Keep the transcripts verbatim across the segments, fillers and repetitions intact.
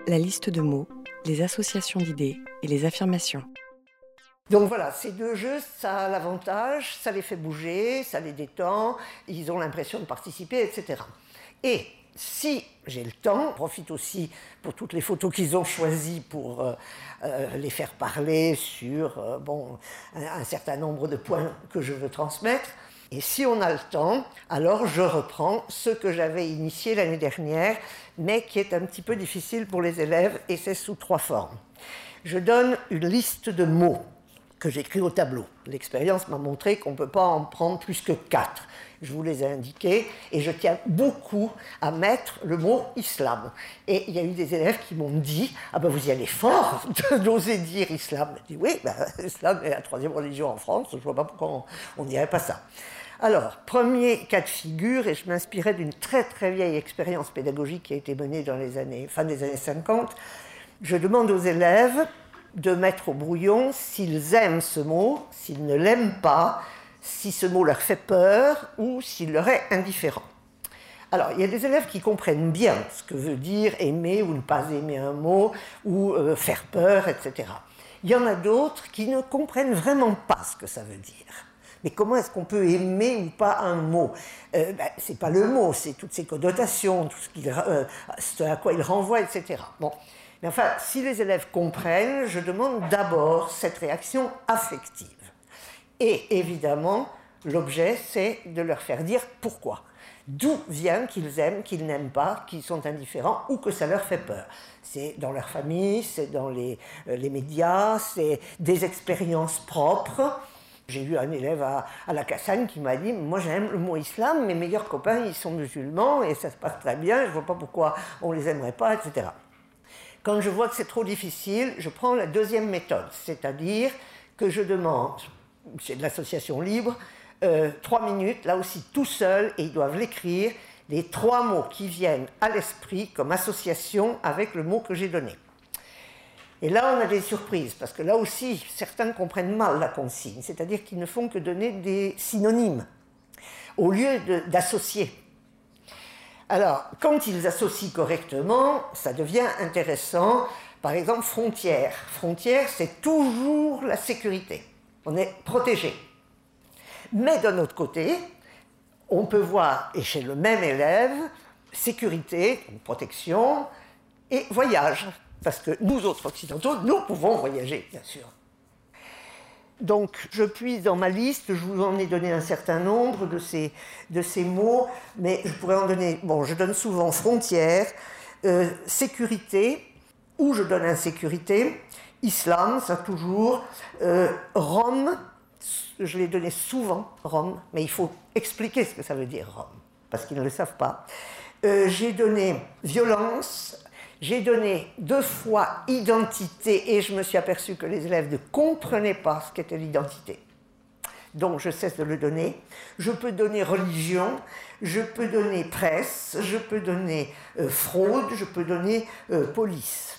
La liste de mots, les associations d'idées et les affirmations. Donc voilà, ces deux jeux, ça a l'avantage, ça les fait bouger, ça les détend, ils ont l'impression de participer, et cetera. Et si j'ai le temps, je profite aussi pour toutes les photos qu'ils ont choisies pour euh, euh, les faire parler sur euh, bon, un, un certain nombre de points que je veux transmettre. Et si on a le temps, alors je reprends ce que j'avais initié l'année dernière, mais qui est un petit peu difficile pour les élèves, et c'est sous trois formes. Je donne une liste de mots que j'écris au tableau. L'expérience m'a montré qu'on ne peut pas en prendre plus que quatre. Je vous les ai indiqués, et je tiens beaucoup à mettre le mot islam. Et il y a eu des élèves qui m'ont dit « Ah ben vous y allez fort d'oser dire islam ». Je dis « Oui, ben, l'islam est la troisième religion en France, je ne vois pas pourquoi on ne dirait pas ça ». Alors, premier cas de figure, et je m'inspirais d'une très très vieille expérience pédagogique qui a été menée dans les années, fin des années cinquante, je demande aux élèves de mettre au brouillon s'ils aiment ce mot, s'ils ne l'aiment pas, si ce mot leur fait peur ou s'il leur est indifférent. Alors, il y a des élèves qui comprennent bien ce que veut dire aimer ou ne pas aimer un mot, ou euh, faire peur, et cetera. Il y en a d'autres qui ne comprennent vraiment pas ce que ça veut dire. Mais comment est-ce qu'on peut aimer ou pas un mot? euh, ben, Ce n'est pas le mot, c'est toutes ses connotations, tout ce, qu'il, euh, ce à quoi il renvoie, et cetera. Bon. Mais enfin, si les élèves comprennent, je demande d'abord cette réaction affective. Et évidemment, l'objet, c'est de leur faire dire pourquoi. D'où vient qu'ils aiment, qu'ils n'aiment pas, qu'ils sont indifférents ou que ça leur fait peur. C'est dans leur famille, c'est dans les, euh, les médias, c'est des expériences propres. J'ai eu un élève à, à la Cassagne qui m'a dit « Moi j'aime le mot islam, mes meilleurs copains ils sont musulmans et ça se passe très bien, je ne vois pas pourquoi on ne les aimerait pas, et cetera » Quand je vois que c'est trop difficile, je prends la deuxième méthode, c'est-à-dire que je demande, c'est de l'association libre, euh, trois minutes, là aussi tout seul, et ils doivent l'écrire, les trois mots qui viennent à l'esprit comme association avec le mot que j'ai donné. Et là, on a des surprises, parce que là aussi, certains comprennent mal la consigne, c'est-à-dire qu'ils ne font que donner des synonymes, au lieu de, d'associer. Alors, quand ils associent correctement, ça devient intéressant. Par exemple, frontière. Frontière, c'est toujours la sécurité. On est protégé. Mais d'un autre côté, on peut voir, et chez le même élève, sécurité, protection, et voyage. Parce que nous autres occidentaux, nous pouvons voyager, bien sûr. Donc, je puise dans ma liste, je vous en ai donné un certain nombre de ces, de ces mots, mais je pourrais en donner, bon, je donne souvent frontière, euh, sécurité, ou je donne insécurité, islam, ça toujours, euh, Rome, je l'ai donné souvent, Rome, mais il faut expliquer ce que ça veut dire, Rome, parce qu'ils ne le savent pas. Euh, j'ai donné violence. J'ai donné deux fois identité et je me suis aperçu que les élèves ne comprenaient pas ce qu'était l'identité. Donc je cesse de le donner. Je peux donner religion, je peux donner presse, je peux donner euh, fraude, je peux donner euh, police.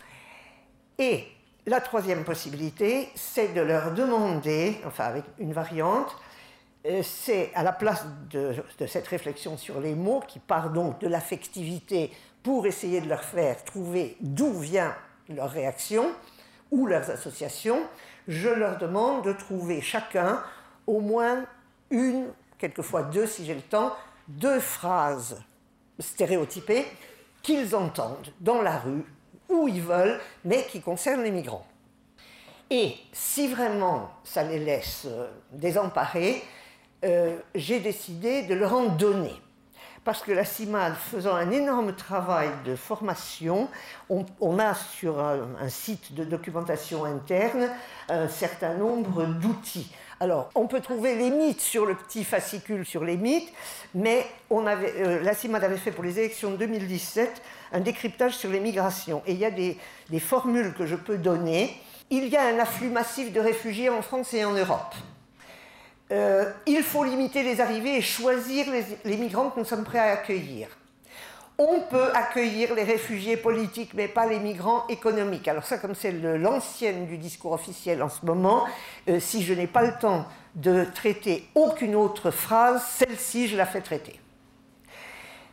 Et la troisième possibilité, c'est de leur demander, enfin avec une variante, euh, c'est à la place de, de cette réflexion sur les mots qui part donc de l'affectivité pour essayer de leur faire trouver d'où vient leur réaction ou leurs associations, je leur demande de trouver chacun au moins une, quelquefois deux si j'ai le temps, deux phrases stéréotypées qu'ils entendent dans la rue, où ils veulent, mais qui concernent les migrants. Et si vraiment ça les laisse désemparés, euh, j'ai décidé de leur en donner. Parce que la CIMAD, faisant un énorme travail de formation, on, on a sur un, un site de documentation interne un certain nombre d'outils. Alors, on peut trouver les mythes sur le petit fascicule sur les mythes, mais on avait, euh, la CIMAD avait fait pour les élections de deux mille dix-sept un décryptage sur les migrations. Et il y a des, des formules que je peux donner. Il y a un afflux massif de réfugiés en France et en Europe. Euh, il faut limiter les arrivées et choisir les, les migrants que nous sommes prêts à accueillir. On peut accueillir les réfugiés politiques, mais pas les migrants économiques. Alors ça, comme c'est le, l'ancienne du discours officiel en ce moment, euh, si je n'ai pas le temps de traiter aucune autre phrase, celle-ci, je la fais traiter.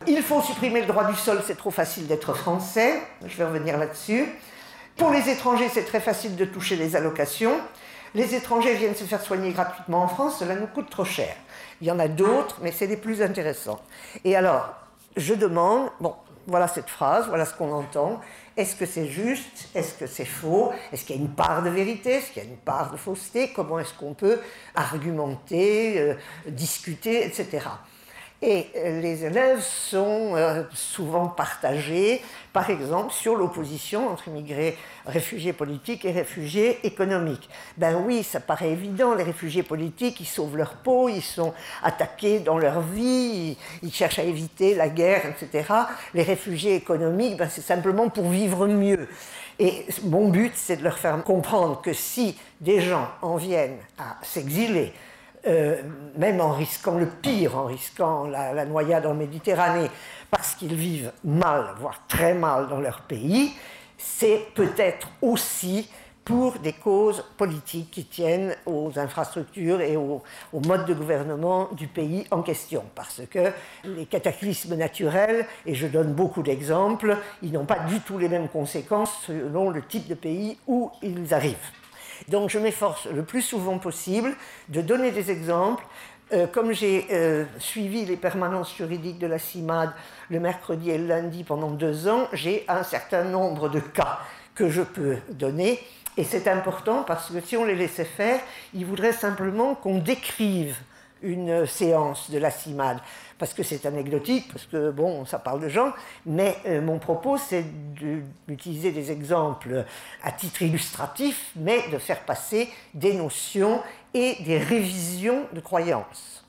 Il faut supprimer le droit du sol, c'est trop facile d'être français. Je vais revenir là-dessus. Pour les étrangers, c'est très facile de toucher les allocations. Les étrangers viennent se faire soigner gratuitement en France, cela nous coûte trop cher. Il y en a d'autres, mais c'est les plus intéressants. Et alors, je demande, bon, voilà cette phrase, voilà ce qu'on entend. Est-ce que c'est juste? Est-ce que c'est faux? Est-ce qu'il y a une part de vérité? Est-ce qu'il y a une part de fausseté? Comment est-ce qu'on peut argumenter, euh, discuter, et cetera. Et les élèves sont euh, souvent partagés, par exemple, sur l'opposition entre immigrés, réfugiés politiques et réfugiés économiques. Ben oui, ça paraît évident, les réfugiés politiques, ils sauvent leur peau, ils sont attaqués dans leur vie, ils, ils cherchent à éviter la guerre, et cetera. Les réfugiés économiques, ben c'est simplement pour vivre mieux. Et mon but, c'est de leur faire comprendre que si des gens en viennent à s'exiler, Euh, même en risquant le pire, en risquant la, la noyade en Méditerranée, parce qu'ils vivent mal, voire très mal dans leur pays, c'est peut-être aussi pour des causes politiques qui tiennent aux infrastructures et au, au mode de gouvernement du pays en question. Parce que les cataclysmes naturels, et je donne beaucoup d'exemples, ils n'ont pas du tout les mêmes conséquences selon le type de pays où ils arrivent. Donc je m'efforce le plus souvent possible de donner des exemples. Euh, comme j'ai euh, suivi les permanences juridiques de la CIMAD le mercredi et le lundi pendant deux ans, j'ai un certain nombre de cas que je peux donner. Et c'est important parce que si on les laissait faire, ils voudraient simplement qu'on décrive une séance de la CIMAD, parce que c'est anecdotique, parce que bon, ça parle de gens, mais euh, mon propos c'est d'utiliser des exemples à titre illustratif, mais de faire passer des notions et des révisions de croyances.